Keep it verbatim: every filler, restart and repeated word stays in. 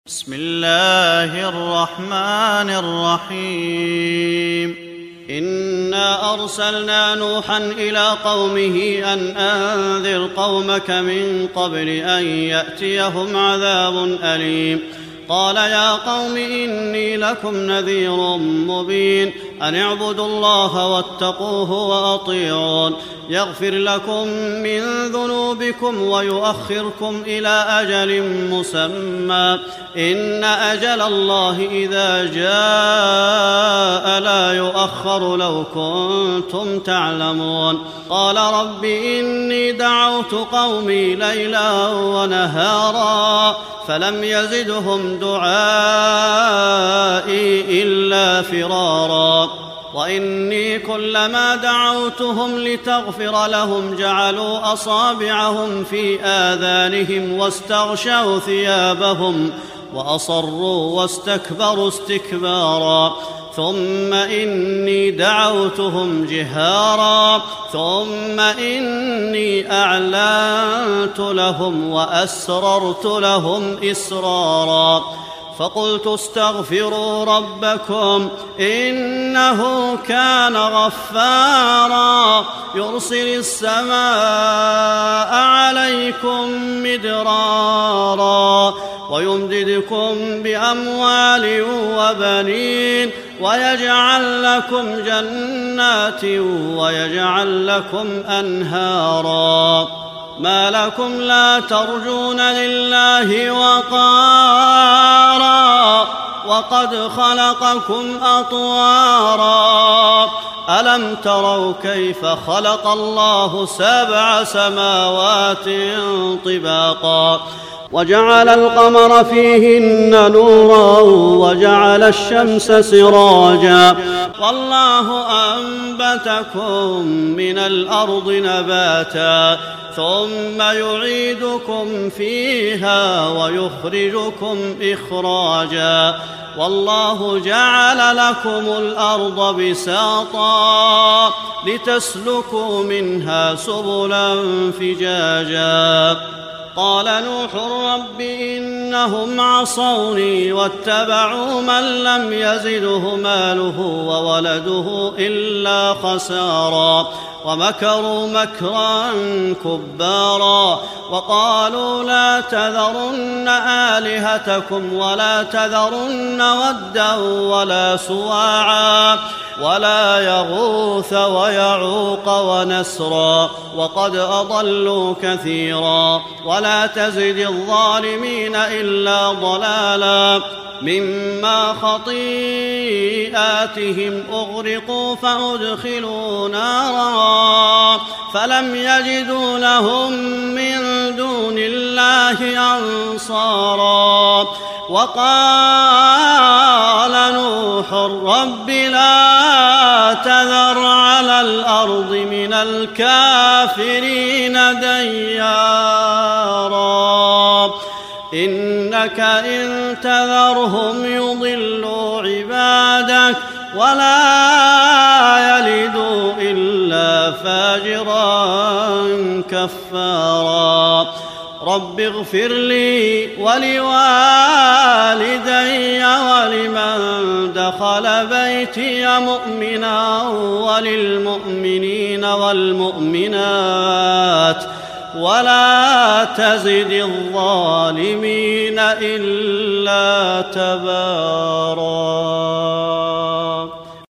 بسم الله الرحمن الرحيم إنا أرسلنا نوحا إلى قومه أن أنذر قومك من قبل أن يأتيهم عذاب أليم قال يا قوم إني لكم نذير مبين أن اعبدوا الله واتقوه وأطيعون يغفر لكم من ذنوبكم ويؤخركم إلى أجل مسمى إن أجل الله إذا جاء لا يؤخر لو كنتم تعلمون قال رب إني دعوت قومي ليلا ونهارا فلم يزدهم دعائي إلا فرارا وإني كلما دعوتهم لتغفر لهم جعلوا أصابعهم في آذانهم واستغشوا ثيابهم وأصروا واستكبروا استكبارا ثم إني دعوتهم جهارا ثم إني أعلنت لهم وأسررت لهم إسرارا فقلت استغفروا ربكم إنه كان غفارا يرسل السماء عليكم مدرارا ويمددكم بأموال وبنين ويجعل لكم جنات ويجعل لكم أنهارا ما لكم لا ترجون لله وقارا وقد خلقكم أطوارا ألم تروا كيف خلق الله سبع سماوات طباقا وجعل القمر فيهن نورا وجعل الشمس سراجا والله أنبتكم من الأرض نباتا ثم يعيدكم فيها ويخرجكم إخراجا والله جعل لكم الأرض بساطا لتسلكوا منها سبلا فجاجا قال نوح رب إنهم عصوني واتبعوا من لم يزده ماله وولده إلا خسارا ومكروا مكرا كبارا وقالوا لا تذرن آلهتكم ولا تذرن ودا ولا سواعا ولا يغوث ويعوق ونسرا وقد أضلوا كثيرا ولا تزد الظالمين إلا ضلالا مما خطيئاتهم أغرقوا فأدخلوا نارا فلم يجدوا لهم من دون الله أنصارا وقال نوح رب لا تذر على الأرض من الكافرين ديارا إنك إن تذرهم يضلوا عبادك ولا يلدوا إلا فاجرا كفارا رب اغفر لي ولوالدي ولمن دخل بيتي مؤمنا وللمؤمنين والمؤمنات ولا تزد الظالمين إلا تبارا.